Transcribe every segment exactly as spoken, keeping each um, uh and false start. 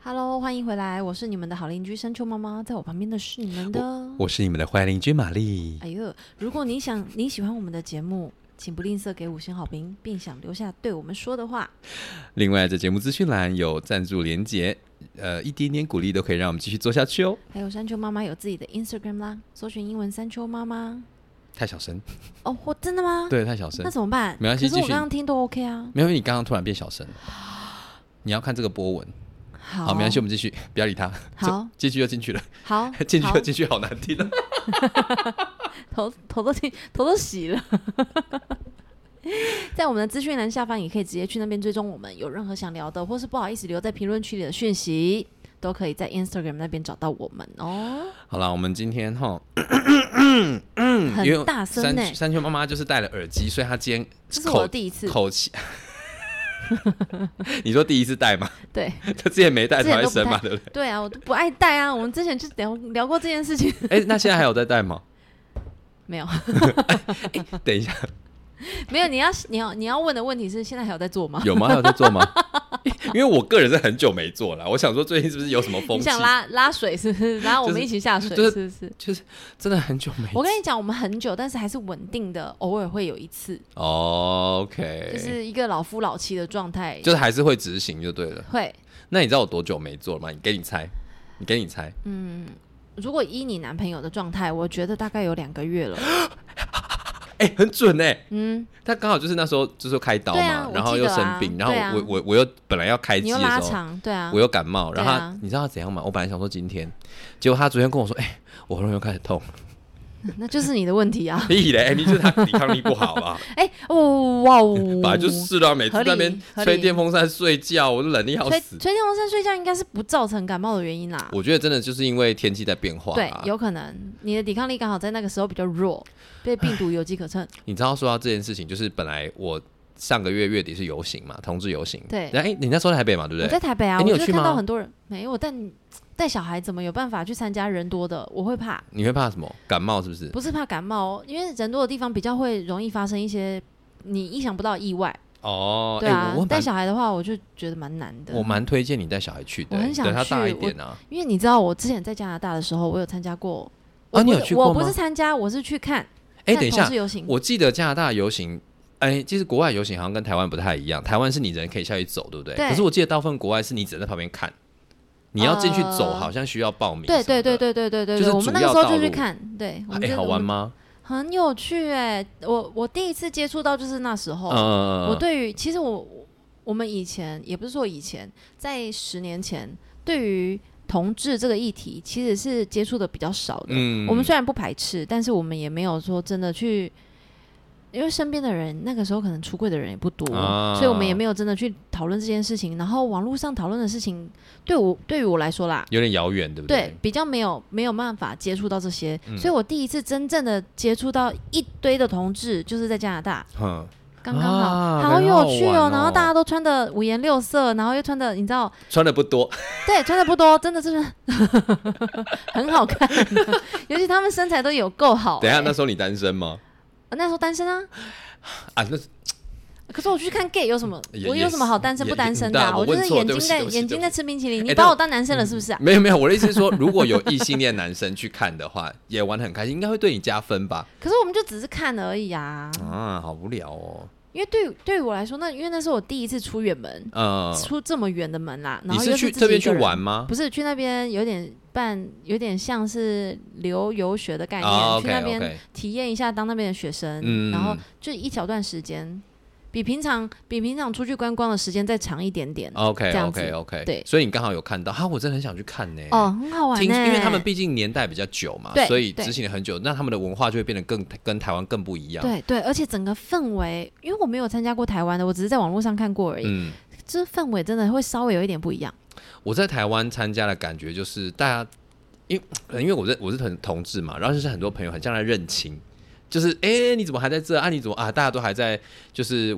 Hello， 欢迎回来，我是你们的好邻居山丘妈妈，在我旁边的是你们的， 我, 我是你们的坏邻居玛丽。 哎呦，如果你想你喜欢我们的节目，请不吝啬给五星好评，并想留下对我们说的话。 另外，在节目资讯栏有赞助连结，呃，一点点鼓励都可以让我们继续做下去哦。 还有山丘妈妈有自己的 Instagram 啦，搜寻英文山丘妈妈。 太小声哦，我真的吗？ 对，太小声。 那怎么办？ 没关系， 可是我刚刚听都 OK 啊。 没有，你刚刚突然变小声，你要看这个波纹。 好， 好，没关系，我们继续，不要理他。 好， 进去就进去了。 好， 进去就进去，好难听啊！ 头头都听，头都洗了。在我们的资讯栏下方，也可以直接去那边追踪我们。有任何想聊的，或是不好意思留在评论区里的讯息，都可以在 Instagram 那边找到我们哦。 好啦，我们今天哈， 很大声呢。 山丘妈妈就是戴了耳机，所以她今天这是我的第一次口气。你说第一次戴吗？ 对， 他之前没戴才会生嘛，对不对？ 对啊，我都不爱戴啊。我们之前就聊聊过这件事情。 哎、欸，那现在还有在戴吗？ 没有。 欸、等一下， 没有。你要你要你要问的问题是，现在还有在做吗？ 有吗？还有在做吗？因为我个人是很久没做了，我想说最近是不是有什么风气？ 你想拉拉水是不是？然后我们一起下水， 就是、 是不是？ 就是真的很久没做。 我跟你讲，我们很久，但是还是稳定的，偶尔会有一次。 哦、OK， 就是一个老夫老妻的状态， 就是还是会执行就对了。会。那你知道我多久没做了吗？你给你猜，你给你猜。 嗯，如果依你男朋友的状态，我觉得大概有两个月了。 哎、欸，很准哎、欸， 嗯， 他刚好就是那时候就是开刀嘛， 啊、 然后又生病， 啊、 然后我、我我又本来要开机的时候， 你又拉长，对啊， 我又感冒，然后他、 啊、 你知道他怎样吗？我本来想说今天，结果他昨天跟我说，哎、欸，我喉咙又开始痛， 那就是你的问题啊！ 屁嘞，欸、你就是他抵抗力不好吧？ 哎、欸，哦哇哦， 本来就是啦，每次在那边吹电风扇睡觉，我都冷得要死。 吹电风扇睡觉应该是不造成感冒的原因啦。 我觉得真的就是因为天气在变化、啊， 对，有可能你的抵抗力刚好在那个时候比较弱，被病毒有机可乘。 你知道说到这件事情，就是本来我上个月月底是游行嘛，同志游行。 对， 哎、欸，你那时候在台北嘛，对不对？ 我在台北啊， 欸、你有去吗？ 我就看到很多人没有，但带小孩怎么有办法去参加人多的？我会怕。 你会怕什么？感冒是不是？ 不是怕感冒，因为人多的地方比较会容易发生一些你意想不到的意外。 哦， 对啊， 欸、 带小孩的话，我就觉得蛮难的。 我蛮推荐你带小孩去的、欸， 我很想去， 等他大一点啊。 因为你知道，我之前在加拿大的时候，我有参加过。 啊，你有去过吗？ 我不是参加，我是去看。 哎、欸，等一下，我记得加拿大游行。哎、欸，其实国外游行好像跟台湾不太一样，台湾是你人可以下去走，对不对？ 对。 可是我记得大部分国外是你只能在旁边看，你要进去走，呃、好像需要报名。 对对对对对对对， 就是我们那个时候就去看，对。 哎、欸，好玩吗？ 很有趣哎、欸，我我第一次接触到就是那时候， 嗯、 我对于其实我我们以前也不是说以前，在十年前对于同志这个议题其实是接触的比较少的。嗯，我们虽然不排斥，但是我们也没有说真的去。因为身边的人那个时候可能出柜的人也不多、啊、所以我们也没有真的去讨论这件事情，然后网络上讨论的事情对我对于我来说啦有点遥远，对不对？ 对，比较没有没有办法接触到这些、嗯、所以我第一次真正的接触到一堆的同志就是在加拿大，嗯，刚刚好、啊、好有趣 哦, 哦然后大家都穿的五颜六色，然后又穿的你知道穿的不多， 对，穿的不多，真的是很好看尤其他们身材都有够好、欸、 等一下那时候你单身吗？ 那时候单身啊， 啊，那可是我去看 gay 有什么？我有什么好单身不单身的、啊？ 我, 我就是眼睛在眼睛在吃冰淇淋，你把我当男生了是不是啊？ 没有没有，我的意思是说，如果有异性恋男生去看的话，也玩得很开心，应该会对你加分吧？ 可是我们就只是看而已啊！ 啊，好无聊哦。 因为对对于我来说，那因为那是我第一次出远门，嗯，出这么远的门啦。然后你是去这边去玩吗？ 不是，去那边有点办，有点像是留游学的概念， 哦、 去 okay, 那边 okay. 体验一下当那边的学生，嗯、然后就一小段时间。比平常比平常出去观光的时间再长一点点 ，OK 这样 OK OK， 对， 所以你刚好有看到哈，我真的很想去看呢。 哦，很好玩呢， 因为他们毕竟年代比较久嘛，所以执行了很久，那他们的文化就会变得更跟台湾更不一样。 对对，而且整个氛围，因为我没有参加过台湾的，我只是在网络上看过而已，嗯，这氛围真的会稍微有一点不一样。 我在台湾参加的感觉就是大家，因为因为我是我是同同志嘛，然后就是很多朋友很像在认亲。就是哎、欸，你怎么还在这啊？你怎么啊？大家都还在，就是为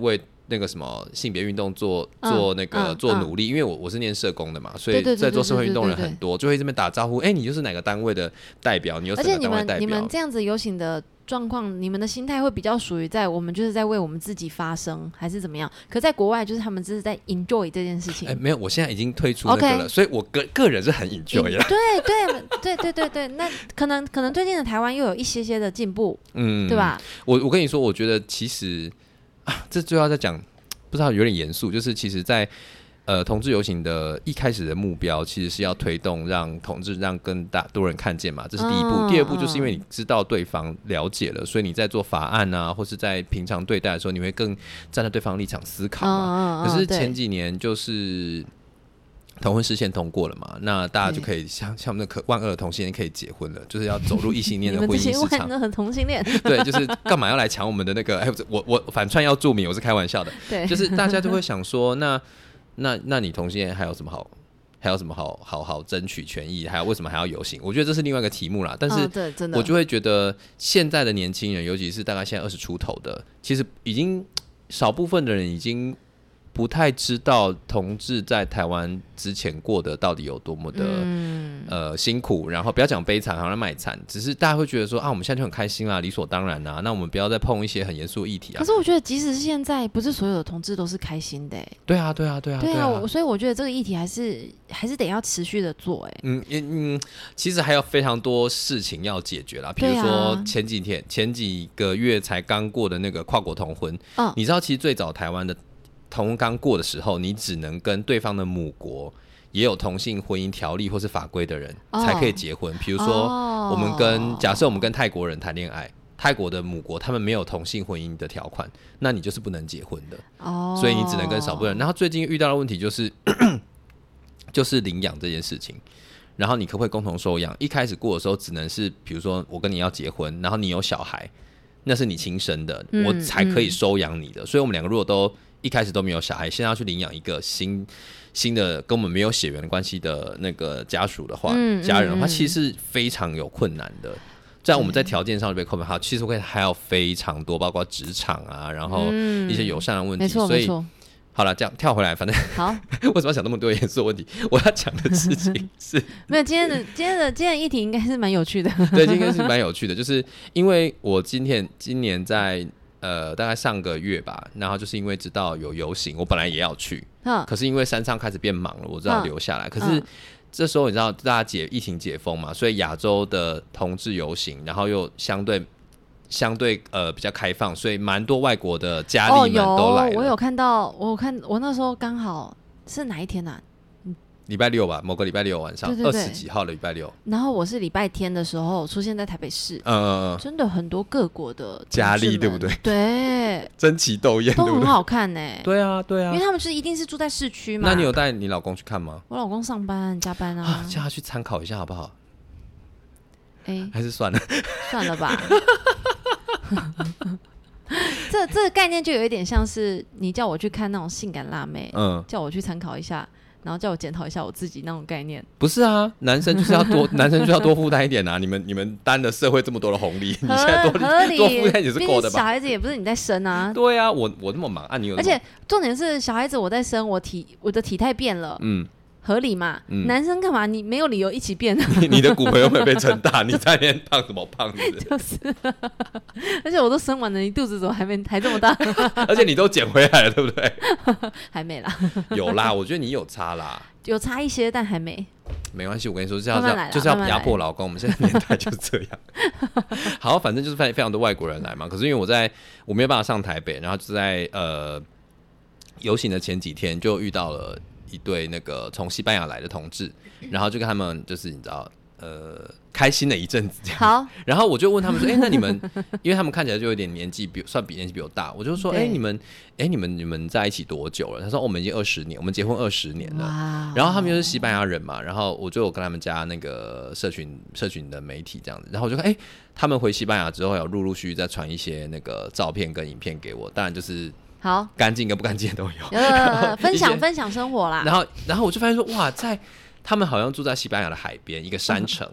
那个什么性别运动做做那个、嗯、做努力，嗯、因为我我是念社工的嘛，所以在做社会运动人很多，就会这边打招呼，哎、欸，你就是哪个单位的代表，你又是哪个单位代表。而且你们你们这样子游行的状况，你们的心态会比较属于在我们就是在为我们自己发声，还是怎么样？可在国外就是他们只是在 enjoy 这件事情。 哎、欸，没有，我现在已经退出那个了， okay. 所以我个个人是很 enjoy 的。 对对对对对对，那可能可能最近的台湾又有一些些的进步，嗯，对吧？ 我我跟你说，我觉得其实啊，这就要再讲，不知道有点严肃，就是其实在。呃，同志游行的一开始的目标其实是要推动让同志让更大多人看见嘛，这是第一步、哦、第二步就是因为你知道对方了解了、哦、所以你在做法案啊或是在平常对待的时候你会更站在对方立场思考嘛、哦、可是前几年就是同婚释宪通过了嘛，那大家就可以像像我们的万恶的同性恋可以结婚了，就是要走入异性恋的婚姻市场。你们这些万恶的同性恋，对，就是干嘛要来抢我们的那个？哎，我我反串要注明，我是开玩笑的。对，就是大家就会想说，那那那你同性恋还有什么好？还有什么好好好争取权益？还有为什么还要游行？我觉得这是另外一个题目啦。但是我就会觉得现在的年轻人，尤其是大概现在二十出头的，其实已经少部分的人已经。不太知道同志在台湾之前过得到底有多么的、嗯、呃辛苦，然后不要讲悲惨好像卖惨，只是大家会觉得说啊我们现在就很开心啦，理所当然啊，那我们不要再碰一些很严肃的议题啊。 可是我觉得即使是现在不是所有的同志都是开心的、欸、 对啊对啊对啊对啊，所以我觉得这个议题还是还是得要持续的做、欸、 嗯嗯，其实还有非常多事情要解决啦，比如说前几天、啊、前几个月才刚过的那个跨国同婚、嗯、你知道其实最早台湾的同婚刚过的时候，你只能跟对方的母国也有同性婚姻条例或是法规的人才可以结婚。比、oh. 如说，我们跟、oh. 假设我们跟泰国人谈恋爱，泰国的母国他们没有同性婚姻的条款，那你就是不能结婚的。Oh. 所以你只能跟少部分人。然后最近遇到的问题就是就是领养这件事情。然后你可不可以共同收养？一开始过的时候只能是，比如说我跟你要结婚，然后你有小孩，那是你亲生的，嗯、我才可以收养你的、嗯。所以我们两个如果都一开始都没有小孩，现在要去领养一个新新的跟我们没有血缘关系的那个家属的话、嗯、家人的话、嗯、其实是非常有困难的。这样我们在条件上就被扣分，好，其实会还有非常多，包括职场啊，然后一些友善的问题。嗯、所以好了，这样跳回来，反正好，为什么要想那么多严肃的问题？我要讲的事情是没有今天的今天的今天的议题应该是蛮有趣的。 对，今天是蛮有趣的，就是因为我今天今年在。呃，大概上个月吧，然后就是因为知道有游行，我本来也要去，可是因为山上开始变忙了，我知道留下来。可是这时候你知道，大家解疫情解封嘛，所以亚洲的同志游行，然后又相对相对呃比较开放，所以蛮多外国的家里们都来了。 哦、有我有看到，我有看我那时候刚好是哪一天啊？ 礼拜六吧，某个礼拜六晚上，二十几号的礼拜六。 然后我是礼拜天的时候出现在台北市， 嗯嗯嗯， 真的很多各国的佳丽，对不对？ 对， 争奇斗艳， 都很好看呢、欸。 对啊，对啊， 因为他们就是一定是住在市区嘛。 那你有带你老公去看吗？ 我老公上班加班啊，啊叫他去参考一下好不好？ 哎、欸， 还是算了， 算了吧。这这个概念就有一点像是你叫我去看那种性感辣妹，嗯，叫我去参考一下。然后叫我检讨一下我自己那种概念。 不是啊，男生就是要多，男生就要多负担一点啊！你们你们担了社会这么多的红利，你现在多多负担也是够的吧？ 小孩子也不是你在生啊。 对啊，我我那么忙啊，你有那么？ 而且重点是小孩子我在生，我体我的体态变了，嗯。合理嘛、嗯？男生干嘛？你没有理由一起变、啊你。你的骨盆又没有被撑大，你在那边胖什么胖是不是？ 就是，而且我都生完了，你肚子怎么还没还这么大？ 而且你都减回来了，对不对？ 还没啦。 有啦，我觉得你有差啦。 有差一些，但还没。 没关系，我跟你说，就是要就是要压迫老公。我们现在年代就是这样。好，反正就是非常多外国人来嘛。可是因为我在我没有办法上台北，然后就在呃游行的前几天就遇到了。一对那个从西班牙来的同志，然后就跟他们就是你知道呃开心了一阵子这样。好，然后我就问他们说，哎、欸，那你们因为他们看起来就有点年纪比算比年纪比我大，我就说，哎、欸，你们哎、欸、你们你们在一起多久了？他说、哦、我们已经二十年，我们结婚二十年了。然后他们又是西班牙人嘛，然后我就有跟他们加那个社群社群的媒体这样子，然后我就看哎、欸，他们回西班牙之后有陆陆续续在传一些那个照片跟影片给我，当然就是。 好， 干净跟不干净的都有， 呃，分享分享生活啦。 然后，然后我就发现说，哇，在他们好像住在西班牙的海边一个山城，嗯、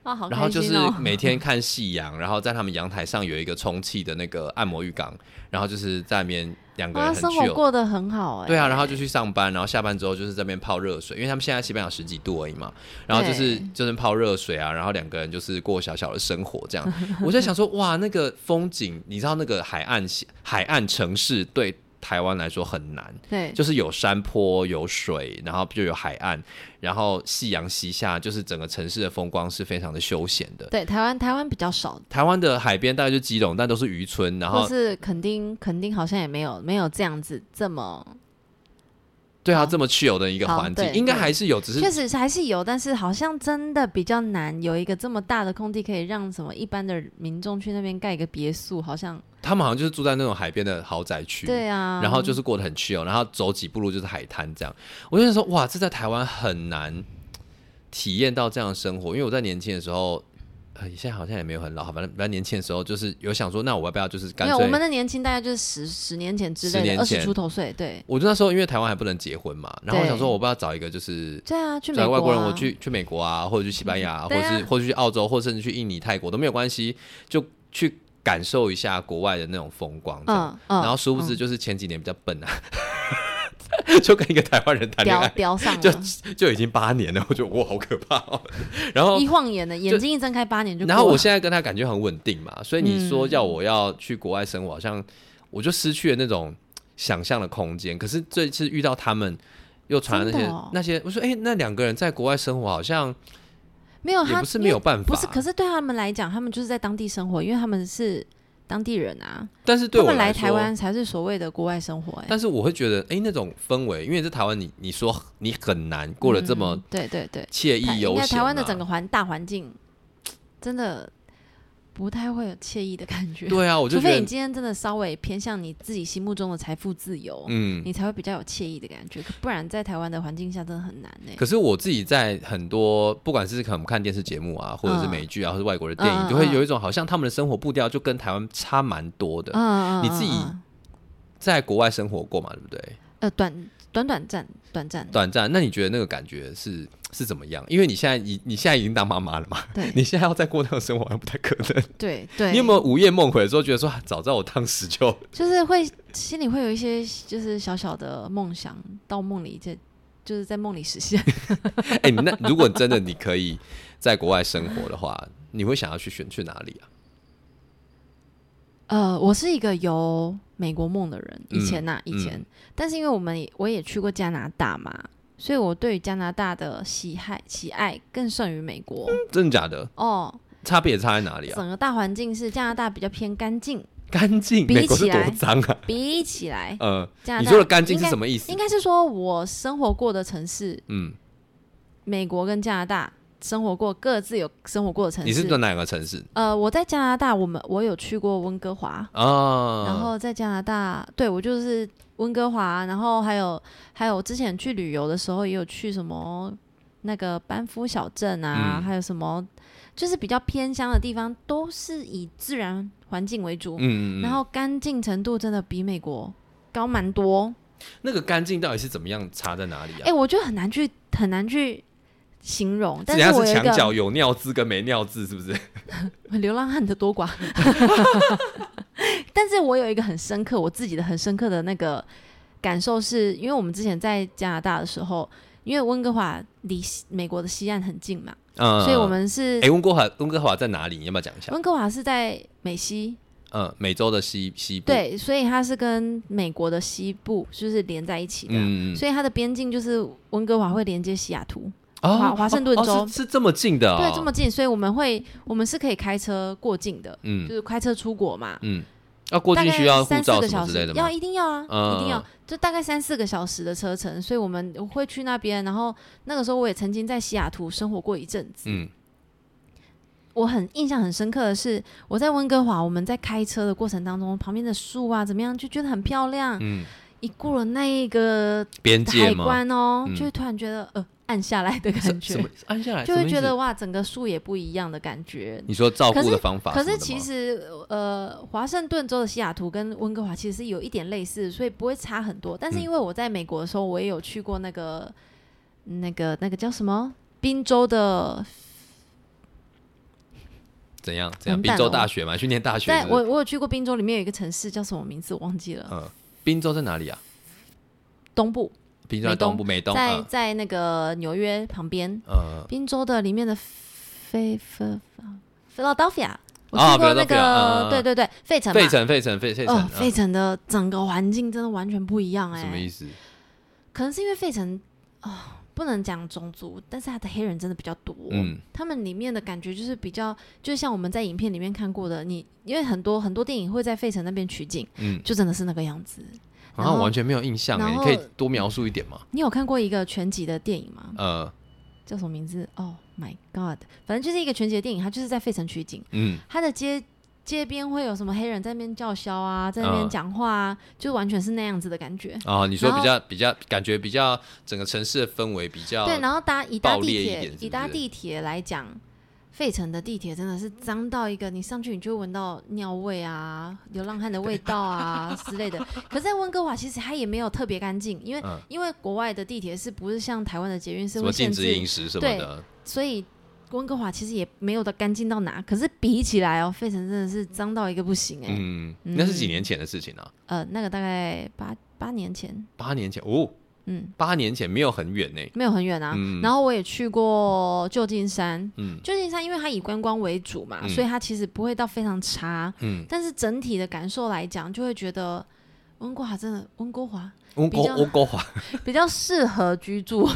啊，好开心哦。 然后就是每天看夕阳，然后在他们阳台上有一个充气的那个按摩浴缸，然后就是在那边两个人很 chill， 生活过得很好哎、欸。 对啊，然后就去上班，然后下班之后就是在那边泡热水，因为他们现在西班牙十几度而已嘛，然后就是就是泡热水啊，然后两个人就是过小小的生活这样。我在想说，哇，那个风景，你知道那个海岸海岸城市对台湾来说很难， 对， 就是有山坡有水，然后就有海岸，然后夕阳西下，就是整个城市的风光是非常的休闲的。 对，台湾台湾比较少， 台湾的海边大概就基隆，但都是渔村，然后或是垦丁，垦丁好像也没有没有这样子这么。 对啊，这么 chill 的一个环境，应该还是有，只是确实还是有，但是好像真的比较难有一个这么大的空地，可以让什么一般的民众去那边盖一个别墅，好像他们好像就是住在那种海边的豪宅区， 对啊， 然后就是过得很 chill， 然后走几步路就是海滩这样。我就想说，哇，这在台湾很难体验到这样的生活，因为我在年轻的时候。呃，现在好像也没有很老，反正比较年轻的时候，就是有想说，那我要不要就是干脆？ 没有，我们的年轻大概就是十十年前之类的，二十出头岁。对， 我就那时候因为台湾还不能结婚嘛，然后我想说，我不要找一个就是对啊，去美国、啊、 外国人，我去去美国啊，或者去西班牙、啊，或者是或者去澳洲，或者甚至去印尼、泰国都没有关系，就去感受一下国外的那种风光这样。嗯嗯、然后殊不知就是前几年比较笨啊。就跟一个台湾人谈恋爱， 飙上了， 就就已经八年了，我觉得哇，好可怕哦。然后一晃眼的眼睛一睁开，八年就过了。 然后我现在跟他感觉很稳定嘛，所以你说要我要去国外生活，好像我就失去了那种想象的空间。可是这次遇到他们，又传了那些、哦、那些，我说哎、欸，那两个人在国外生活好像没有， 也不是没有办法， 不是。可是对他们来讲，他们就是在当地生活，因为他们是。当地人啊， 但是对我来说， 他们来台湾才是所谓的国外生活、欸。 但是我会觉得，哎、欸，那种氛围，因为在台湾你，你说你很难过得这么、 嗯、对对对惬意悠闲、啊。 应该台湾的整个环大环境真的不太会有惬意的感觉。 对啊，我就觉得， 除非你今天真的稍微偏向你自己心目中的财富自由，嗯，你才会比较有惬意的感觉。不然在台湾的环境下真的很难呢、欸。 可是我自己在很多不管是可能看电视节目啊，或者是美剧啊，嗯、或者外国的电影，嗯、就会有一种好像他们的生活步调就跟台湾差蛮多的。嗯、你自己在国外生活过嘛？对不对？ 呃，短短短暂，短暂， 短暂。那你觉得那个感觉是？是怎么样？因为你现在你你现在已经当妈妈了嘛， 对， 你现在要再过那种生活好像不太可能。 对对， 你有没有午夜梦回的时候觉得说，早知道我当时就就是会心里会有一些就是小小的梦想，到梦里就就是在梦里实现。 哎、欸，那如果真的你可以在国外生活的话，你会想要去选去哪里啊？ 呃，我是一个有美国梦的人，以前呐、啊，以前，嗯、但是因为我们我也去过加拿大嘛。所以我对于加拿大的喜爱喜爱更胜于美国、嗯、 真的假的？ 哦， 差别差在哪里啊？ 整个大环境是加拿大比较偏干净， 干净，美国是多脏啊！ 比起来， 呃，你说的干净是什么意思？ 应该是说我生活过的城市，嗯，美国跟加拿大生活过各自有生活过的城市。 你是在哪个城市？ 呃，我在加拿大，我们我有去过温哥华哦，然后在加拿大，对我就是。温哥华，然后还有还有之前去旅游的时候也有去什么那个班夫小镇啊、嗯，还有什么就是比较偏乡的地方，都是以自然环境为主，嗯嗯嗯，然后干净程度真的比美国高蛮多。 那个干净到底是怎么样差在哪里啊？ 哎、欸，我觉得很难去很难去形容。但是我是墙角有尿渍跟没尿渍，是不是？ 流浪汉的多寡。但是我有一个很深刻，我自己的很深刻的那个感受是，因为我们之前在加拿大的时候，因为温哥华离美国的西岸很近嘛，嗯、所以我们是， 哎、欸，温哥华温哥华在哪里？你要不要讲一下？ 温哥华是在美西， 嗯，美洲的西西部， 对，所以它是跟美国的西部就是连在一起的，嗯、所以它的边境就是温哥华会连接西雅图。华华盛顿州、 哦哦、是, 是这么近的、哦， 对，这么近，所以我们会我们是可以开车过境的，嗯，就是开车出国嘛， 嗯，要、啊、过境需要护照什么之类的吗？ 要，一定要啊，嗯、一定要，就大概三四个小时的车程，所以我们会去那边。然后那个时候我也曾经在西雅图生活过一阵子，嗯，我很印象很深刻的是，我在温哥华，我们在开车的过程当中，旁边的树啊怎么样，就觉得很漂亮，嗯，一过了那一个边界海关哦，嗯、就会突然觉得呃。暗下来的感觉， 暗下来就会觉得哇，整个树也不一样的感觉。 你说照顾的方法是， 可是其实呃，华盛顿州的西雅图跟温哥华其实是有一点类似，所以不会差很多。但是因为我在美国的时候，我也有去过那个、嗯、那个那个叫什么宾州的怎样怎样？宾州大学嘛，去念大学是不是？ 我我有去过宾州，里面有一个城市叫什么名字我忘记了。 嗯，宾州在哪里啊？ 东部。 宾州在东部，美东在、 嗯、 在那个纽约旁边。 嗯， 宾州的里面的菲菲菲拉德菲亚。我去过那个、 啊嗯、 对对对，费城嘛， 费城费城费城哦，费城的整个环境真的完全不一样哎、欸。 什么意思？ 可能是因为费城啊、哦，不能讲种族，但是他的黑人真的比较多。嗯，他们里面的感觉就是比较，就像我们在影片里面看过的，你因为很多很多电影会在费城那边取景，嗯，就真的是那个样子。 然后完全没有印象哎，你可以多描述一点吗？ 你有看过一个拳击的电影吗？ 呃， 叫什么名字？哦、oh ，My God， 反正就是一个拳击的电影，它就是在费城取景。嗯，它的街街边会有什么黑人在那边叫嚣啊，在那边讲话啊、嗯，就完全是那样子的感觉。 哦，你说比较比较感觉比较整个城市的氛围比较对，然后搭以搭地铁是是以搭地铁来讲。费城的地铁真的是脏到一个，你上去你就会闻到尿味啊、流浪汉的味道啊之类的。可是在温哥华其实它也没有特别干净，因为、嗯、因为国外的地铁是不是像台湾的捷运是会限制禁止饮食什么的， 所以温哥华其实也没有的干净到哪。可是比起来哦，费城真的是脏到一个不行哎、欸。 嗯，那是几年前的事情啊？ 呃，那个大概八八年前。 八年前哦。嗯，八年前没有很远呢、欸， 没有很远啊、嗯。然后我也去过旧金山，嗯，旧金山因为它以观光为主嘛、嗯，所以它其实不会到非常差，嗯。但是整体的感受来讲，就会觉得温哥华真的温哥华， 温哥温哥华比较适合居住。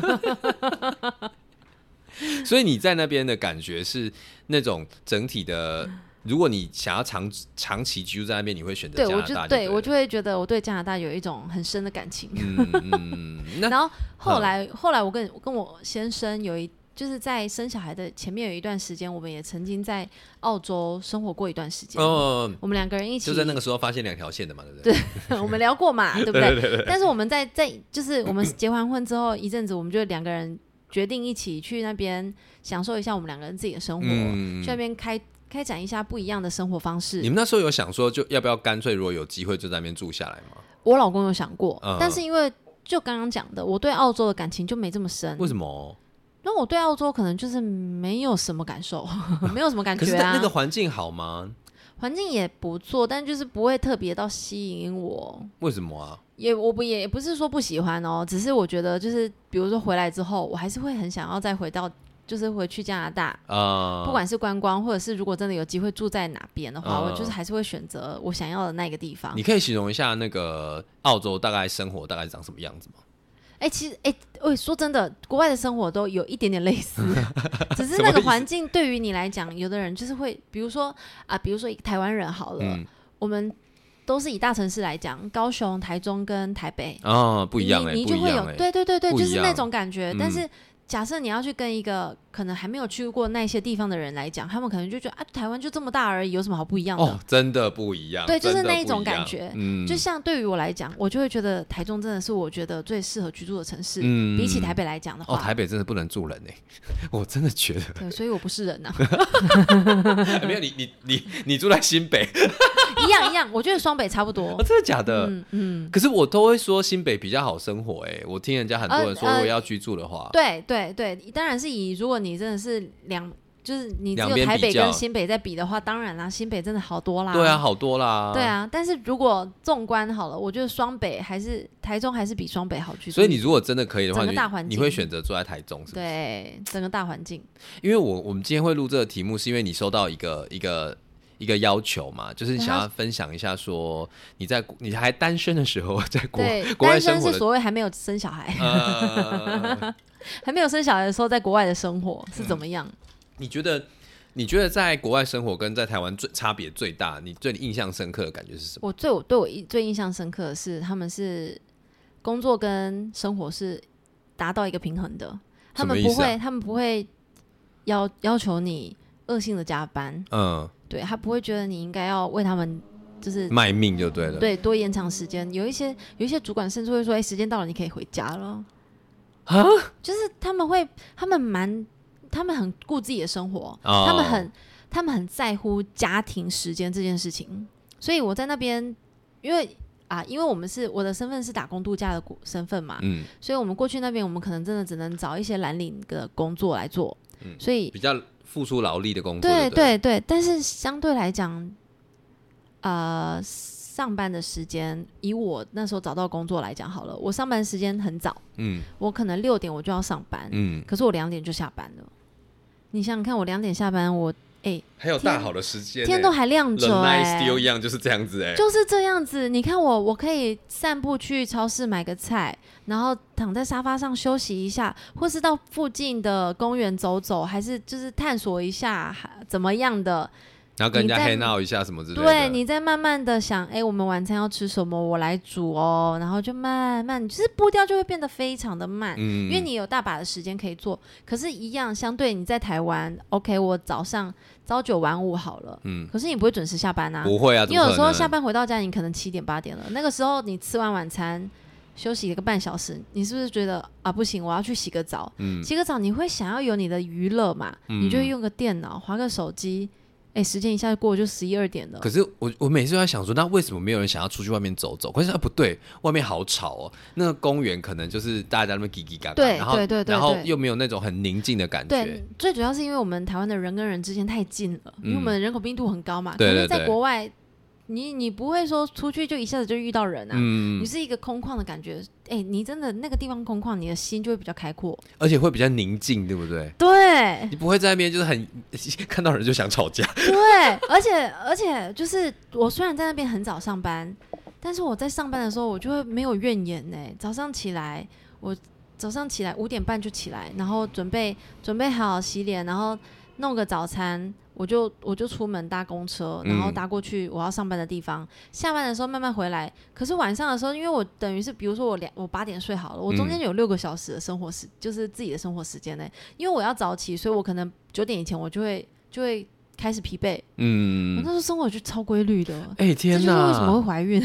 所以你在那边的感觉是那种整体的。如果你想要 长, 长期居住在那边，你会选择加拿大就对？ 对，我就会觉得我对加拿大有一种很深的感情。嗯嗯、然后后来、嗯、后来我跟跟我先生有一就是在生小孩的前面有一段时间，我们也曾经在澳洲生活过一段时间。哦，我们两个人一起， 就在那个时候发现两条线的嘛，对不对？ 对，我们聊过嘛，对不 对, 对, 对, 对, 对？但是我们在在就是我们结完婚之后一阵子，我们就两个人决定一起去那边享受一下我们两个人自己的生活，嗯、去那边开。开展一下不一样的生活方式。 你们那时候有想说，就要不要干脆，如果有机会就在那边住下来吗？ 我老公有想过，嗯、但是因为就刚刚讲的，我对澳洲的感情就没这么深。 为什么？ 因为我对澳洲可能就是没有什么感受，没有什么感觉啊。 可是那个环境好吗？ 环境也不错，但就是不会特别到吸引我。 为什么啊？ 也我不也不是说不喜欢哦，只是我觉得就是比如说回来之后，我还是会很想要再回到。就是回去加拿大、uh, 不管是观光或者是如果真的有机会住在哪边的话、uh, 我就是还是会选择我想要的那个地方。 你可以形容一下那个澳洲大概生活大概长什么样子吗？ 哎、欸，其实哎、欸，说真的，国外的生活都有一点点类似，只是那个环境对于你来讲，有的人就是会，比如说啊，比如说台湾人好了、嗯，我们都是以大城市来讲，高雄、台中跟台北啊、哦，不一样哎、欸， 你就会有、欸、对对对对，就是那种感觉， 嗯、 但是。假设你要去跟一个可能还没有去过那些地方的人来讲，他们可能就觉得啊，台湾就这么大而已，有什么好不一样的？ 哦，真的不一样。 对，就是那一种感觉。 嗯， 就像对于我来讲，我就会觉得台中真的是我觉得最适合居住的城市。嗯，比起台北来讲的话， 哦，台北真的不能住人哎、欸，我真的觉得。 对，所以我不是人呐、 啊。没有你，你你你住在新北。 一样一样，我觉得双北差不多。 哦，真的假的？嗯嗯。可是我都会说新北比较好生活哎、欸，我听人家很多人说，如果要居住的话， 呃呃、对对对，当然是以如果你真的是两，就是你只有台北跟新北在比的话，当然啦，新北真的好多啦。 对啊，好多啦。 对啊，但是如果纵观好了，我觉得双北还是台中还是比双北好居住。 所以你如果真的可以的话， 整个大环境你会选择住在台中是不是？ 对，整个大环境。 因为我我们今天会录这个题目，是因为你收到一个一个。一个要求嘛，就是你想要分享一下说你在你还单身的时候，在国国外生活的， 单身是所谓还没有生小孩，呃、还没有生小孩的时候，在国外的生活是怎么样？嗯、 你觉得你觉得在国外生活跟在台湾最差别最大，你对你印象深刻的感觉是什么？ 我对我对我最印象深刻的是，他们是工作跟生活是达到一个平衡的，他们不会，啊、他们不会要要求你恶性的加班，嗯。对，他不会觉得你应该要为他们就是卖命就对了， 对，多延长时间。有一些有一些主管甚至会说：“哎、欸，时间到了，你可以回家了。”啊，就是他们会，他们蛮，他们很顾自己的生活，哦、他们很，他们很在乎家庭时间这件事情。所以我在那边，因为啊，因为我们是我的身份是打工度假的身份嘛，嗯，所以我们过去那边，我们可能真的只能找一些蓝领的工作来做，嗯，所以比较付出劳力的工作。 对对对对，但是相对来讲，呃，上班的时间，以我那时候找到工作来讲好了，我上班时间很早，嗯，我可能六点我就要上班，嗯，可是我两点就下班了。你想想看，我两点下班，我哎、欸， 还有大好的时间、欸， 天都还亮着、欸， The night still young 就是这样子哎、欸， 就是这样子。你看我，我可以散步去超市买个菜，然后躺在沙发上休息一下，或是到附近的公园走走，还是就是探索一下怎么样的。 然后跟人家黑闹一下什么之类的， 对，你再慢慢的想，哎、欸，我们晚餐要吃什么，我来煮哦，然后就慢慢，就是步调就会变得非常的慢，嗯，因为你有大把的时间可以做。可是，一样，相对你在台湾 ，OK， 我早上朝九晚五好了，嗯，可是你不会准时下班啊， 不会啊， 你有时候下班回到家，你可能七点八点了，那个时候你吃完晚餐。休息一个半小时，你是不是觉得啊不行，我要去洗个澡？嗯，洗个澡你会想要有你的娱乐嘛？嗯，你就会用个电脑，滑个手机。哎、欸，时间一下就过，就十一二点了。 可是我我每次都在想说，那为什么没有人想要出去外面走走？可是啊，不对，外面好吵哦。那个公园可能就是大家在那边叽叽嘎嘎， 对然后对对对， 然后又没有那种很宁静的感觉。 对，最主要是因为我们台湾的人跟人之间太近了，嗯、因为我们的人口密度很高嘛。 对对对。 可是在国外，你你不会说出去就一下子就遇到人啊，嗯、你是一个空旷的感觉。哎、欸，你真的那个地方空旷，你的心就会比较开阔， 而且会比较宁静，对不对？ 对， 你不会在那边就是很看到人就想吵架。 对，而且而且就是我虽然在那边很早上班，但是我在上班的时候我就会没有怨言呢。早上起来，我早上起来五点半就起来，然后准备准备好洗脸，然后弄个早餐。我就我就出门搭公车，然后搭过去我要上班的地方。嗯、下班的时候慢慢回来。可是晚上的时候，因为我等于是，比如说我两我八点睡好了，我中间有六个小时的生活时，嗯、就是自己的生活时间内。因为我要早起，所以我可能九点以前我就会就会开始疲惫。嗯，我那时候生活就超规律的。 哎、欸、天哪！ 这就是为什么会怀孕。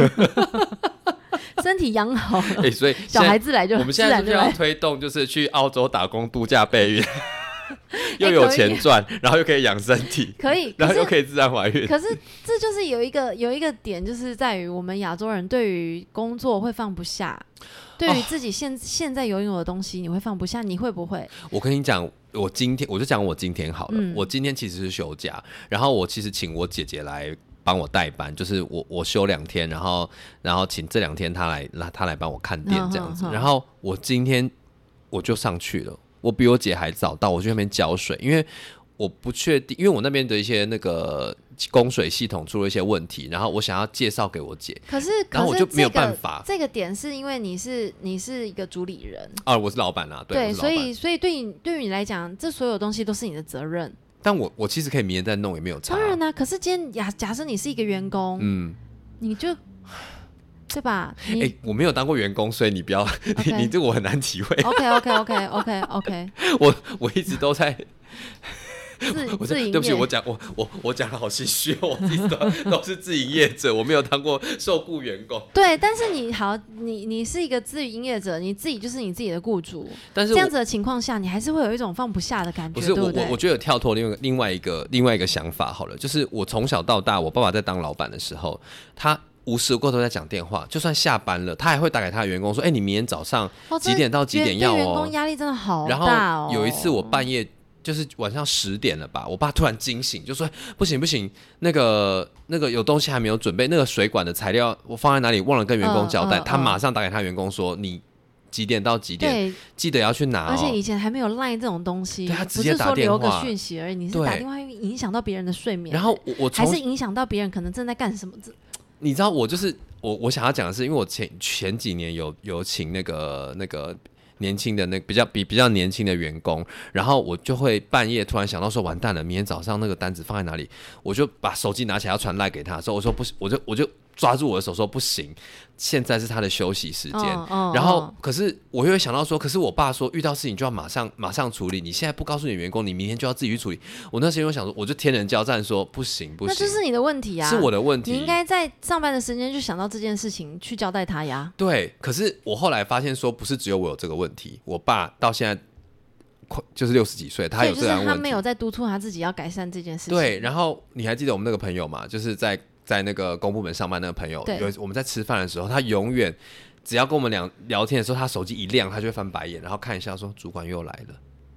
身体养好了， 哎、欸，所以小孩子来就我们现在是不是要推动，就是去澳洲打工度假备孕？又有钱赚，欸、然后又可以养身体， 可以， 然后又可以自然怀孕。 可是这就是有一个有一个点，就是在于我们亚洲人对于工作会放不下，对于自己现、哦、现在拥有的东西你会放不下，你会不会？ 我跟你讲，我今天我就讲我今天好了，嗯、我今天其实是休假，然后我其实请我姐姐来帮我代班，就是我我休两天，然后然后请这两天她来她来帮我看店这样子，嗯、然后我今天我就上去了。我比我姐还早到，我去那边浇水，因为我不确定，因为我那边的一些那个供水系统出了一些问题，然后我想要介绍给我姐， 可是然后我就没有办法。 这个点是因为你是你是一个主理人啊，我是老板啊，对， 对，所以所以对于对于你来讲，这所有东西都是你的责任。 但我我其实可以明天再弄，也没有差。 当然啊，可是今天假假设你是一个员工，嗯，你就。对吧？哎、 欸，我没有当过员工，所以你不要， okay. 你你这个我很难体会。 OK OK OK OK OK 我我一直都在自自营业。 对不起，我讲我我我讲的好心虚哦，我自己 都, 都是自营业者，我没有当过受雇员工。 对，但是你好，你你是一个自营业者，你自己就是你自己的雇主。但是这样子的情况下，你还是会有一种放不下的感觉， 不是？ 对不对？ 我我觉得有跳脱另外另外一个另外一个想法好了，就是我从小到大，我爸爸在当老板的时候，他。无时无刻都在讲电话，就算下班了，他还会打给他的员工说：“哎、欸，你明天早上几点到几点要哦？” 员工压力真的好大哦。 然后有一次我半夜就是晚上十点了吧，我爸突然惊醒，就说：“不行不行，那个那个有东西还没有准备，那个水管的材料我放在哪里，忘了跟员工交代。呃呃”他马上打给他员工说：“你几点到几点记得要去拿、哦。” 而且以前还没有 LINE 这种东西， 对，他直接打电话， 不是说留个讯息而已，你是打电话会影响到别人的睡眠。 然后我我还是影响到别人可能正在干什么。 你知道我就是我，我想要讲的是，因为我前前几年有有请那个那个年轻的那比较比比较年轻的员工，然后我就会半夜突然想到说完蛋了，明天早上那个单子放在哪里？我就把手机拿起来要传赖给他，所以我说不，我就我就抓住我的手说不行，现在是他的休息时间。哦哦、然后可是我又会想到说，可是我爸说遇到事情就要马上马上处理，你现在不告诉你员工，你明天就要自己去处理。我那时候想说，我就天人交战说不行不行， 那就是你的问题啊， 是我的问题。 你应该在上班的时间就想到这件事情去交代他呀。 对，可是我后来发现说，不是只有我有这个问题，我爸到现在就是六十几岁，他有这样的问题， 他没有在督促他自己要改善这件事情。 对，然后你还记得我们那个朋友嘛？就是在在那个公部门上班那个朋友，有我们在吃饭的时候，他永远只要跟我们聊聊天的时候，他手机一亮，他就会翻白眼，然后看一下说主管又来了。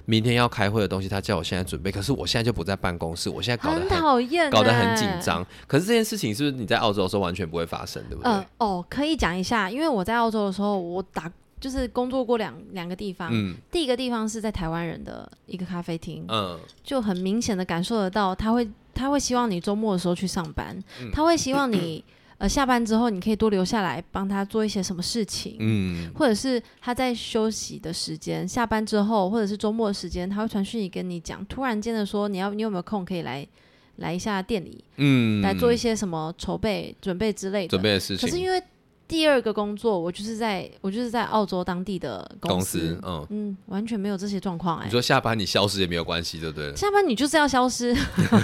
明天要开会的东西，他叫我现在准备，可是我现在就不在办公室，我现在搞得很讨厌、欸， 搞得很紧张。可是这件事情是不是你在澳洲的时候完全不会发生，对不对？ 呃，哦，可以讲一下，因为我在澳洲的时候，我打就是工作过两两个地方、嗯，第一个地方是在台湾人的一个咖啡厅，嗯，就很明显的感受得到，他会他会希望你周末的时候去上班，嗯、他会希望你。呃，下班之后你可以多留下来帮他做一些什么事情，嗯，或者是他在休息的时间，下班之后或者是周末的时间，他会传讯息跟你讲，突然间的说你要你有没有空可以来来一下店里，嗯，来做一些什么筹备准备之类的准备的事情。 可是因为第二个工作，我就是在我就是在澳洲当地的公司，公司嗯嗯，完全没有这些状况。哎， 你说下班你消失也没有关系，对不对？ 下班你就是要消失。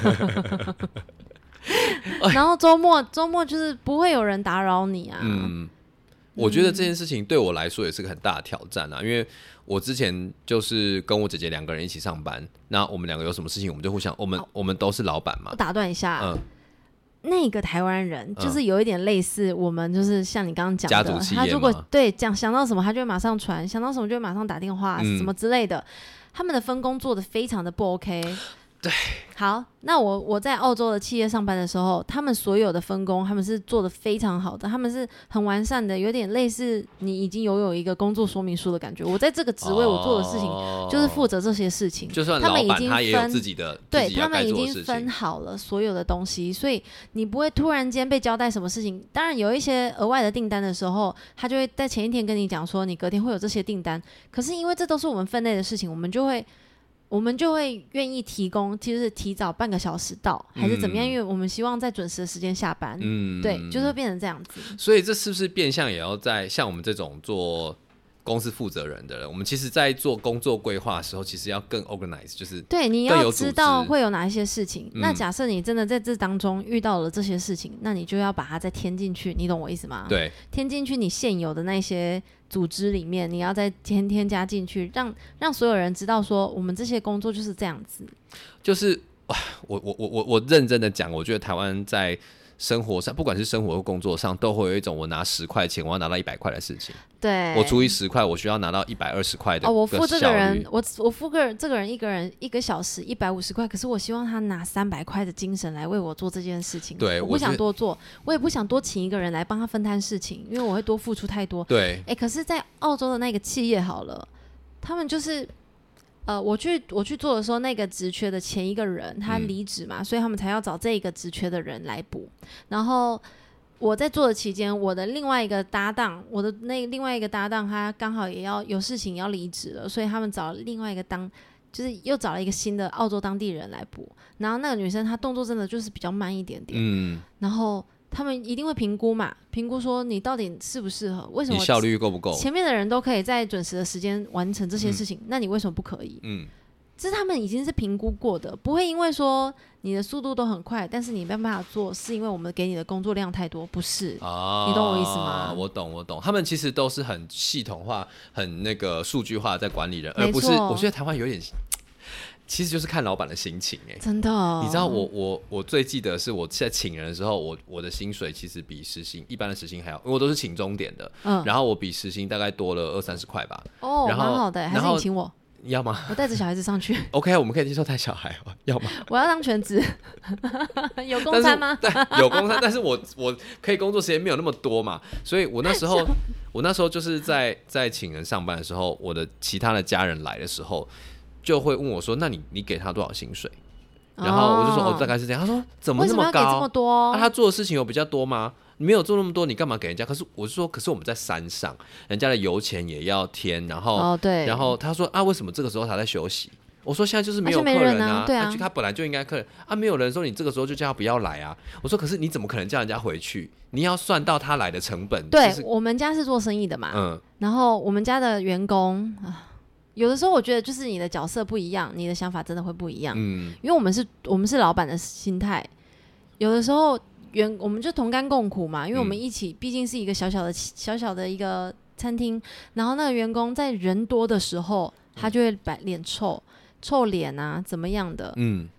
然后周末周末就是不会有人打扰你啊。嗯， 我觉得这件事情对我来说也是个很大的挑战啊，因为我之前就是跟我姐姐两个人一起上班，那我们两个有什么事情我们就互相，我们、哦、我们都是老板嘛。 我打断一下，嗯，那个台湾人就是有一点类似我们，就是像你刚刚讲的， 家族企业嘛， 他如果对讲想到什么，他就会马上传，想到什么就会马上打电话，嗯、什么之类的，他们的分工做得非常的不 OK。 对， 好，那我我在澳洲的企业上班的时候，他们所有的分工他们是做得非常好的，他们是很完善的，有点类似你已经拥有一个工作说明书的感觉。我在这个职位我做的事情就是负责这些事情， 就算老板他也有自己的， 对， 他们已经分好了所有的东西，所以你不会突然间被交代什么事情。当然有一些额外的订单的时候，他就会在前一天跟你讲说你隔天会有这些订单，可是因为这都是我们分内的事情，我们就会我们就会愿意提供，就是提早半个小时到，还是怎么样？嗯、因为我们希望在准时的时间下班。嗯，对，就是会变成这样子。 所以这是不是变相也要在像我们这种做公司负责人的人，我们其实在做工作规划的时候，其实要更 organize， 就是对，你要知道会有哪一些事情。嗯、那假设你真的在这当中遇到了这些事情，那你就要把它再添进去，你懂我意思吗？ 对， 添进去你现有的那些组织里面，你要再添添加进去，让让所有人知道说，我们这些工作就是这样子。 就是哇，我我我我我认真的讲，我觉得台湾在生活上，不管是生活或工作上，都会有一种我拿十块钱，我要拿到一百块的事情。 对， 我除以十块，我需要拿到一百二十块的。 哦，我付这个人，我我付个这个人一个人一个小时一百五十块，可是我希望他拿三百块的精神来为我做这件事情。 对， 我不想多做，我也不想多请一个人来帮他分摊事情，因为我会多付出太多。 对， 哎，可是，在澳洲的那个企业好了，他们就是。呃，我去我去做的时候，那个职缺的前一个人他离职嘛、嗯，所以他们才要找这个职缺的人来补。然后我在做的期间，我的另外一个搭档，我的那另外一个搭档，他刚好也要有事情要离职了，所以他们找另外一个当，就是又找了一个新的澳洲当地人来补。然后那个女生她动作真的就是比较慢一点点，嗯，然后。他们一定会评估嘛，评估说你到底适不适合，为什么你效率够不够？ 前面的人都可以在准时的时间完成这些事情，嗯、那你为什么不可以？嗯，这是他们已经是评估过的，不会因为说你的速度都很快，但是你没办法做，是因为我们给你的工作量太多，不是？啊，你懂我意思吗？ 我懂，我懂。他们其实都是很系统化、很那个数据化在管理人，而不是我觉得台湾有点。其实就是看老板的心情哎、欸， 真的、哦。 你知道我我我最记得是我在请人的时候，我我的薪水其实比时薪一般的时薪还要，因为我都是请钟点的，嗯，然后我比时薪大概多了二三十块吧。 哦，蛮好的，还是你请我？ 要吗？ 我带着小孩子上去。 OK， 我们可以接受带小孩吗？要吗？ 我要当全职。有公餐吗？ 对，有公餐，但是我我可以工作时间没有那么多嘛，所以我那时候我那时候就是在在请人上班的时候，我的其他的家人来的时候。就会问我说：“那你你给他多少薪水？”然后我就说：“哦，大概是这样。”他说：“怎么那么高？ 为什么要给这么多？ 啊、他做的事情有比较多吗？你没有做那么多，你干嘛给人家？”可是我是说，可是我们在山上，人家的油钱也要添，然后、 哦、对， 然后他说：“啊，为什么这个时候他在休息？”我说：“现在就是没有客人啊， 啊对啊， 他本来就应该客人啊，没有人说你这个时候就叫他不要来啊。”我说：“可是你怎么可能叫人家回去？你要算到他来的成本。” 对、 就是， 我们家是做生意的嘛，嗯，然后我们家的员工啊。有的时候我觉得就是你的角色不一样，你的想法真的会不一样。嗯，因为我们是我们是老板的心态，有的时候员我们就同甘共苦嘛，因为我们一起毕竟是一个小小的小小的一个餐厅，然后那个员工在人多的时候，他就会摆脸臭臭脸啊，怎么样的？嗯，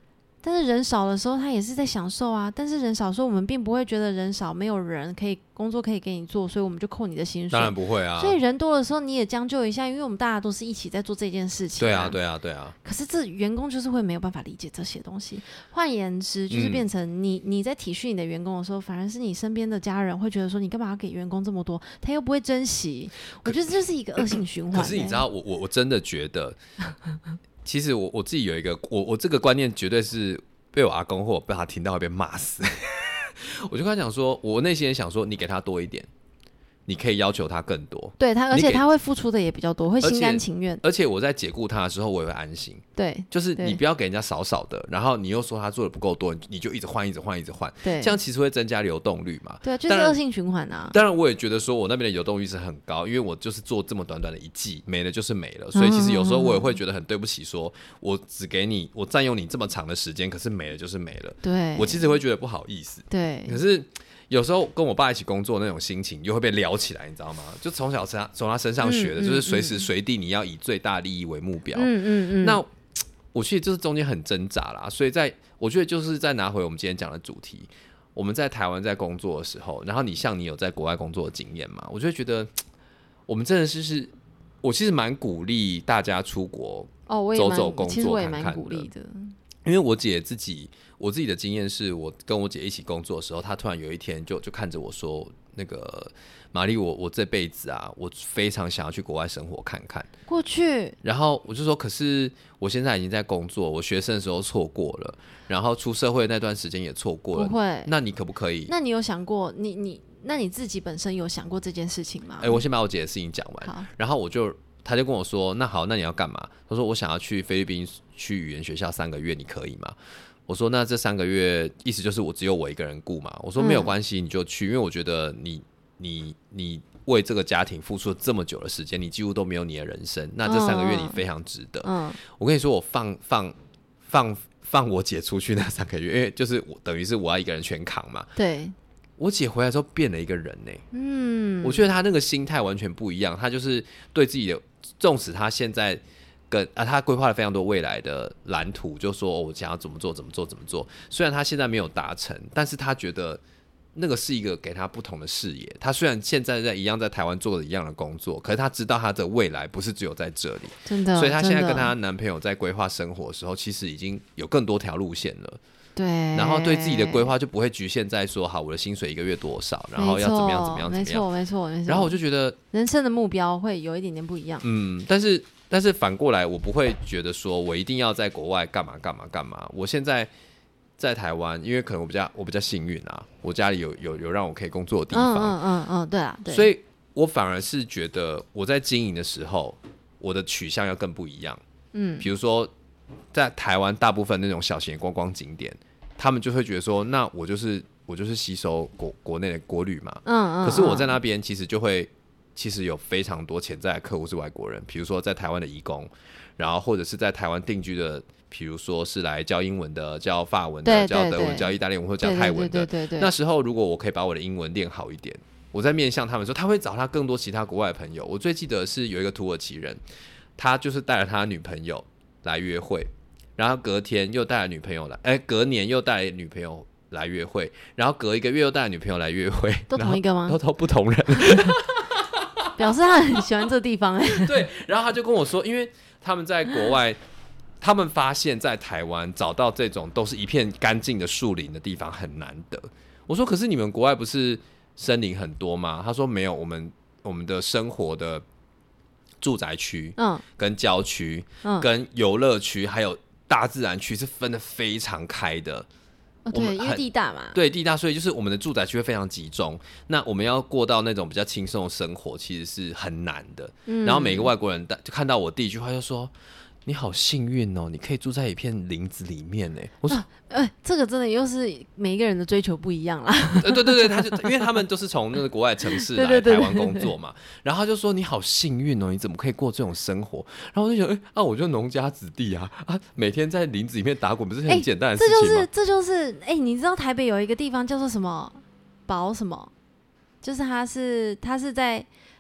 但是人少的时候他也是在享受啊，但是人少的时候我们并不会觉得人少没有人可以工作可以给你做，所以我们就扣你的薪水。 当然不会啊， 所以人多的时候你也将就一下，因为我们大家都是一起在做这件事情、啊、 对啊对啊对啊。 可是这员工就是会没有办法理解这些东西，换言之就是变成你、嗯、你在体恤你的员工的时候，反而是你身边的家人会觉得说你干嘛要给员工这么多，他又不会珍惜，我觉得这是一个恶性循环、欸、 可是你知道我我我真的觉得其实我我自己有一个我我这个观念绝对是被我阿公或被他听到会被骂死我就跟他讲说，我内心也想说你给他多一点，你可以要求他更多， 对他，而且他会付出的也比较多，会心甘情愿。 而且我在解雇他的时候，我也会安心。 对， 就是你不要给人家少少的，然后你又说他做的不够多，你就一直换，一直换，一直换。对，这样其实会增加流动率嘛。 对，就是恶性循环啊。 当然，我也觉得说我那边的流动率是很高，因为我就是做这么短短的一季，没了就是没了。所以其实有时候我也会觉得很对不起说，说我只给你，我占用你这么长的时间，可是没了就是没了。对，我其实会觉得不好意思。对，可是。有时候跟我爸一起工作那种心情又会被撩起来，你知道吗？就从小从他身上学的、嗯、就是随时随地你要以最大利益为目标。嗯嗯嗯。那我其实就是中间很挣扎啦，所以在我觉得就是再拿回我们今天讲的主题，我们在台湾在工作的时候，然后你像你有在国外工作的经验嘛，我就会觉得我们真的是是，我其实蛮鼓励大家出国走走工作看看的。其实我也蛮鼓励的。因为我姐自己，我自己的经验是，我跟我姐一起工作的时候，她突然有一天就就看着我说：“那个玛丽，我我这辈子啊，我非常想要去国外生活看看。” 过去， 然后我就说：“可是我现在已经在工作，我学生的时候错过了，然后出社会那段时间也错过了。 不会， 那你可不可以？ 那你有想过，你你那你自己本身有想过这件事情吗？” 哎、欸，我先把我姐的事情讲完，然后我就。他就跟我说：“那好，那你要干嘛？”他说：“我想要去菲律宾去语言学校三个月，你可以吗？”我说：“那这三个月意思就是我只有我一个人顾嘛？”我说：“没有关系，你就去，因为我觉得你你你为这个家庭付出了这么久的时间，你几乎都没有你的人生，那这三个月你非常值得。嗯”我跟你说，我放放放放我姐出去那三个月，因为就是我等于是我要一个人全扛嘛。对。我姐回来之后变了一个人呢、欸，嗯，我觉得她那个心态完全不一样，她就是对自己的，纵使她现在跟啊，她规划了非常多未来的蓝图，就说、哦、我想要怎么做怎么做怎么做，虽然她现在没有达成，但是她觉得那个是一个给她不同的视野。她虽然现在在一样在台湾做的一样的工作，可是她知道她的未来不是只有在这里，真的，所以她现在跟她男朋友在规划生活的时候，其实已经有更多条路线了。对，然后对自己的规划就不会局限在说，好，我的薪水一个月多少，然后要怎么样怎么样怎么样，没错没错没错。然后我就觉得人生的目标会有一点点不一样。 嗯，但是但是反过来，我不会觉得说我一定要在国外干嘛干嘛干嘛。我现在在台湾，因为可能我比较我比较幸运啊，我家里有有有让我可以工作的地方。嗯嗯嗯嗯，对啊，对。所以我反而是觉得我在经营的时候，我的取向要更不一样。嗯，比如说。在台湾大部分那种小型的观光景点，他们就会觉得说，那我就是我就是吸收国国内的国旅嘛。嗯嗯。可是我在那边其实就会，其实有非常多潜在的客户是外国人，比如说在台湾的移工，然后或者是在台湾定居的，比如说是来教英文的、教法文的、对对对教德文、教意大利文或教泰文的。对对对对对。那时候如果我可以把我的英文练好一点，我在面向他们说，他会找他更多其他国外的朋友。我最记得是有一个土耳其人，他就是带了他女朋友来约会，然后隔天又带了女朋友来，哎，隔年又带了女朋友来约会，然后隔一个月又带了女朋友来约会， 都同一个吗？ 都都不同人， 表示他很喜欢这地方哎、欸。 对，然后他就跟我说，因为他们在国外，他们发现在台湾找到这种都是一片干净的树林的地方很难得。我说，可是你们国外不是森林很多吗？他说没有，我们我们的生活的住宅区、嗯，跟郊区、嗯，跟游乐区，还有大自然区是分得非常开的。 哦，对，因为地大嘛。 对，地大，所以就是我们的住宅区会非常集中。那我们要过到那种比较轻松的生活，其实是很难的。嗯，然后每个外国人就看到我第一句话就说：“你好幸运哦，你可以住在一片林子里面呢。”我说：“ 呃、啊，这个真的又是每一个人的追求不一样啦。” 对对对，他就因为他们都是从那个国外城市来台湾工作嘛，然后他就说：“你好幸运哦，你怎么可以过这种生活？”然后我就想，哎、欸，啊，我就农家子弟啊，啊，每天在林子里面打滚，不是很简单的事情吗？欸、这就是这就是，哎、欸，你知道台北有一个地方叫做什么宝什么？就是它是它是在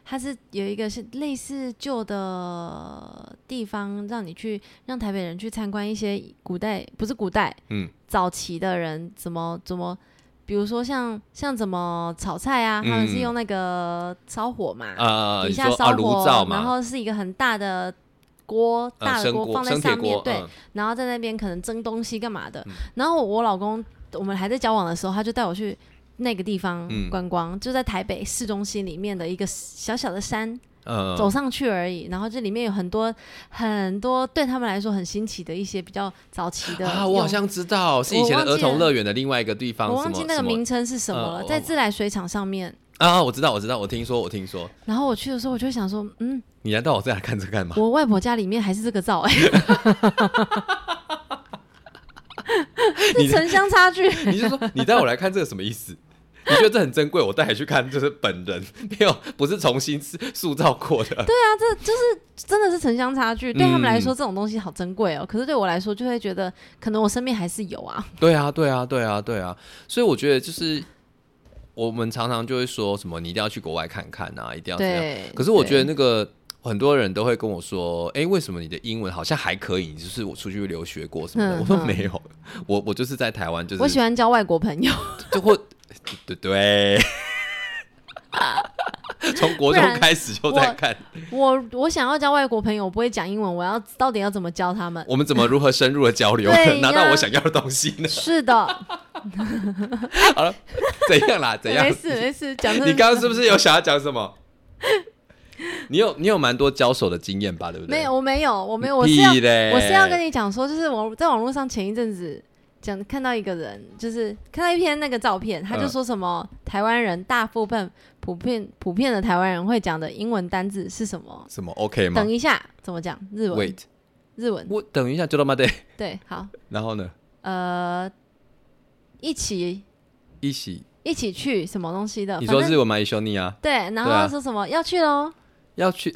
它是有一个是类似旧的地方，让你去让台北人去参观一些古代，不是古代，嗯，早期的人怎么怎么，比如说像像怎么炒菜啊，嗯、他们是用那个烧火嘛，呃、底下烧火，啊、然后是一个很大的。锅大的锅放在上面，对、嗯，然后在那边可能蒸东西干嘛的。嗯、然后我老公，我们还在交往的时候，他就带我去那个地方观光，嗯、就在台北市中心里面的一个小小的山，嗯、走上去而已。然后这里面有很多很多对他们来说很新奇的一些比较早期的啊，我好像知道是以前的儿童乐园的另外一个地方， 我忘记那个名称是什么了，在自来水厂上面。 啊，我知道，我知道，我听说，我听说。 然后我去的时候，我就会想说，嗯， 你难道我在来看这干嘛？ 我外婆家里面还是这个灶哎、欸，是城乡差距。 你就说你带我来看这个什么意思？你觉得这很珍贵，我带你去看，就是本人没有，不是重新塑造过的。对啊，这就是真的是城乡差距。对他们来说，这种东西好珍贵哦。可是对我来说，就会觉得可能我身边还是有啊。 对啊，对啊，对啊，对啊。所以我觉得就是。我们常常就会说什么你一定要去国外看看啊，一定要这样。可是我觉得那个很多人都会跟我说，哎、欸，为什么你的英文好像还可以？就是我出去留学过什么的。嗯、我说没有，我我就是在台湾，就是我喜欢交外国朋友， 就会对对。从国中开始就在看。 我 我, 我想要交外国朋友，我不会讲英文，我要到底要怎么教他们？ 我们怎么如何深入的交流，拿到我想要的东西呢？ 是的。 好了，怎样啦？怎样？ 没事没事，讲。 你刚刚是不是有想要讲什么？你有你有蛮多交手的经验吧？对不对？ 没有，我没有，我没有。我是要我是要跟你讲说，就是我在网络上前一阵子。讲看到一个人，就是看到一篇那个照片，他就说什么、嗯、台湾人大部分普遍普遍的台湾人会讲的英文单字是什么？ 什么 OK 吗？ 等一下怎么讲？日文 ？Wait， 日文。 我等一下就他妈的。 对，好。 然后呢？ 呃，一起一起一起去什么东西的？ 你说日文吗？一緒に啊？ 对，然后说什么、啊、要去咯？ 要去。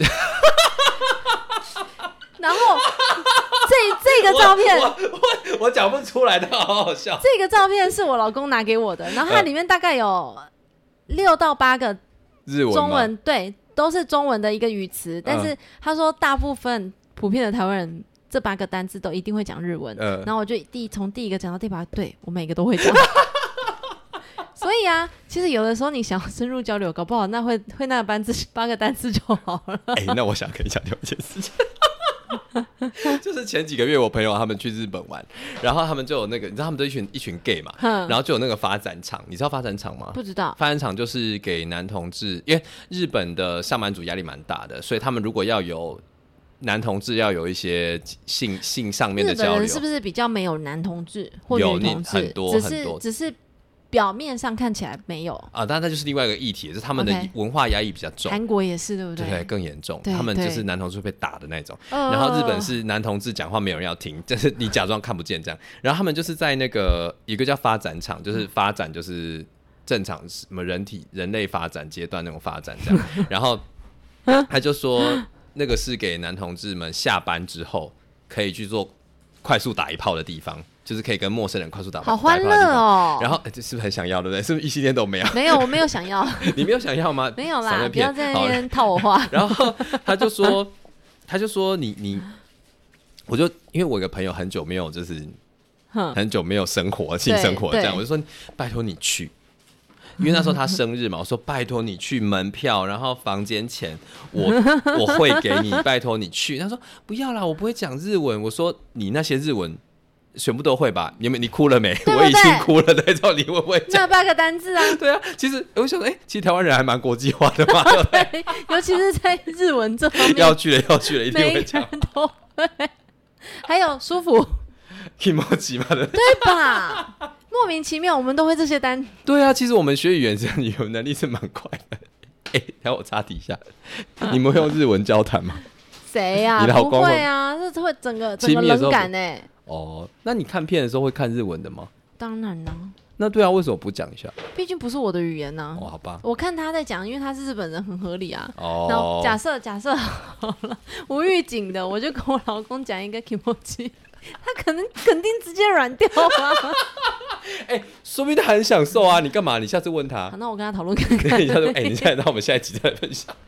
然后这这个照片， 我我我讲不出来的，好好笑。 这个照片是我老公拿给我的，然后它里面大概有六到八个日文中文，对，都是中文的一个语词。但是他说大部分普遍的台湾人这八个单字都一定会讲日文，嗯、然后我就第从第一个讲到第八个，对我每个都会讲。所以啊，其实有的时候你想要深入交流，搞不好那会会那个班字八个单字就好了。 哎、欸，那我想跟你讲另一件事情。就是前几个月我朋友他们去日本玩，然后他们就有那个，你知道他们都一群一群 gay 嘛，然后就有那个发展场，你知道发展场吗？ 不知道。 发展场就是给男同志，因为日本的上班族压力蛮大的，所以他们如果要有男同志要有一些性性上面的交流，日本人是不是比较没有男同志或女同志？ 很多只很多， 只是。表面上看起来没有啊，但那就是另外一个议题，就是他们的文化压抑比较重。 韩国也是，对不对？ 对，更严重。他们就是男同志会被打的那种，然后日本是男同志讲话没有人要听，就是你假装看不见这样。然后他们就是在那个一个叫发展场，就是发展就是正常什么人体人类发展阶段那种发展这样。然后他就说那个是给男同志们下班之后可以去做快速打一炮的地方。就是可以跟陌生人快速打炮， 好欢乐哦！ 然后、欸、是不是很想要，对不对？是不是一系列都没有？ 没有，我没有想要。 你没有想要吗？ 没有啦，不要在那边套我话。 然后他就说，他就说你你，我就因为我有个朋友很久没有就是很久没有生活性生活这样，我就说拜托你去。因为那时候他生日嘛，我说拜托你去门票，然后房间钱我我会给你，拜托你去。他说不要啦，我不会讲日文。我说你那些日文。全部都会吧？你你哭了没？ 对对我已经哭了，对，照你会不会讲？ 那八个单字啊？ 对啊，其实我想说，哎、欸，其实台湾人还蛮国际化的嘛，对不对？ 尤其是在日文这方面， 要去了要去了，一定会讲。 每个人都会。还有舒服 ，kimochi 嘛，对对吧？莫名其妙，我们都会这些单。 对啊，其实我们学语言是语言能力是蛮快的。哎、欸，还有我插底下，你们会用日文交谈吗？ 谁呀、啊？不会啊，这会整个整个冷感哎、欸。 哦，那你看片的时候会看日文的吗？ 当然啦。 那对啊，为什么不讲一下？ 毕竟不是我的语言呢、啊。 哦，好吧。 我看他在讲，因为他是日本人，很合理啊。 哦。 然后假设假设好了，无预警的，我就跟我老公讲一个 kimochi， 他可能肯定直接软掉啊。 哎、欸，说不定他很享受啊！你干嘛？你下次问他。 好，那我跟他讨论看看。 你下次哎、欸，你现在让我们下一集再来分享。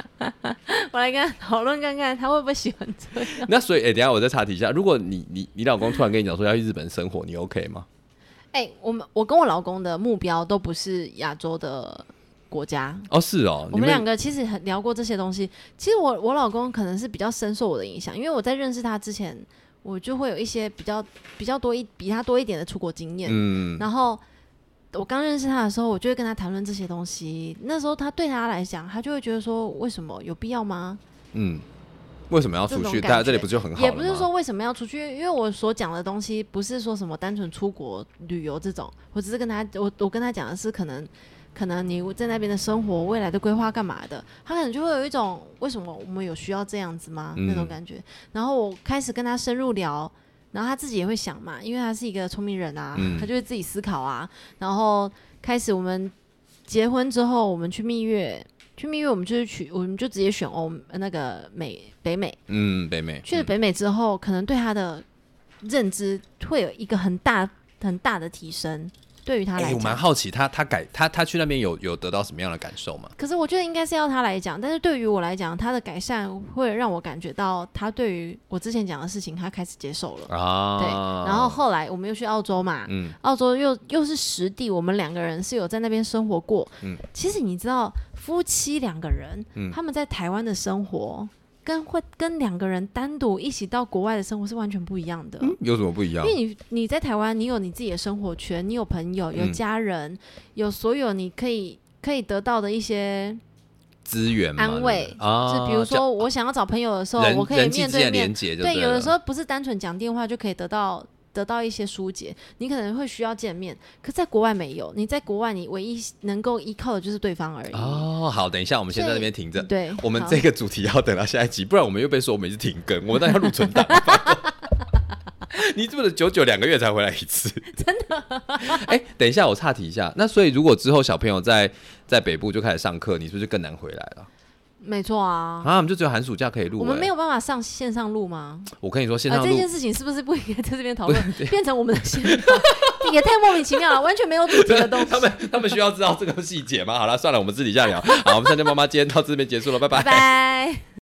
我来跟他讨论看看，他会不会喜欢这样。 那所以，哎、欸，等一下我再插题一下，如果你你你老公突然跟你讲说要去日本生活，你 OK 吗？ 哎、欸，我们我跟我老公的目标都不是亚洲的国家哦，是哦， 我们两个其实很聊过这些东西。其实我我老公可能是比较深受我的影响，因为我在认识他之前，我就会有一些比较比较多一比他多一点的出国经验。嗯，然后我刚认识他的时候，我就会跟他谈论这些东西。那时候他对他来讲，他就会觉得说，为什么有必要吗？嗯。 为什么要出去？大家这里不就很好了吗？ 也不是说为什么要出去，因为我所讲的东西不是说什么单纯出国旅游这种，我只是跟他我我跟他讲的是可能可能你在那边的生活、未来的规划干嘛的，他可能就会有一种为什么我们有需要这样子吗、嗯、那种感觉。然后我开始跟他深入聊，然后他自己也会想嘛，因为他是一个聪明人啊、嗯，他就会自己思考啊。然后开始我们结婚之后，我们去蜜月。去蜜月我们就是去，我们就直接选欧那个美北美， 嗯，北美去了北美之后、嗯，可能对他的认知会有一个很大很大的提升。对于他来讲、 欸，我蛮好奇他他改他他去那边有有得到什么样的感受吗？ 可是我觉得应该是要他来讲，但是对于我来讲，他的改善会让我感觉到他对于我之前讲的事情，他开始接受了啊。对，然后后来我们又去澳洲嘛，嗯，澳洲又又是实地，我们两个人是有在那边生活过。嗯，其实你知道，夫妻两个人、嗯，他们在台湾的生活。跟会跟两个人单独一起到国外的生活是完全不一样的、 嗯、有什么不一样？ 因为你你在台湾，你有你自己的生活圈，你有朋友，有家人、嗯、有所有你可以可以得到的一些资源安慰、啊、是比如说我想要找朋友的时候，我可以面对面，对，有的时候不是单纯讲电话就可以得到得到一些疏解，你可能会需要见面，可在国外没有，你在国外你唯一能够依靠的就是对方而已。 哦，好，等一下我们先在那边停着， 对， 我们这个主题要等到下一集，不然我们又被说我们一直停更，我们当然要录存档。你是不是久久两个月才回来一次？ 真的？ 哎、欸，等一下我岔题一下，那所以如果之后小朋友在在北部就开始上课，你是不是更难回来了？ 没错啊， 啊，我们就只有寒暑假可以录、欸。 我们没有办法上线上录吗？ 我跟你说，线上录、 啊、这件事情是不是不应该在这边讨论，变成我们的线上？也太莫名其妙了，完全没有主题的东西。 他们他们需要知道这个细节吗？好了，算了，我们私底下聊。好，我们三千妈妈今天到这边结束了，拜拜。 拜拜。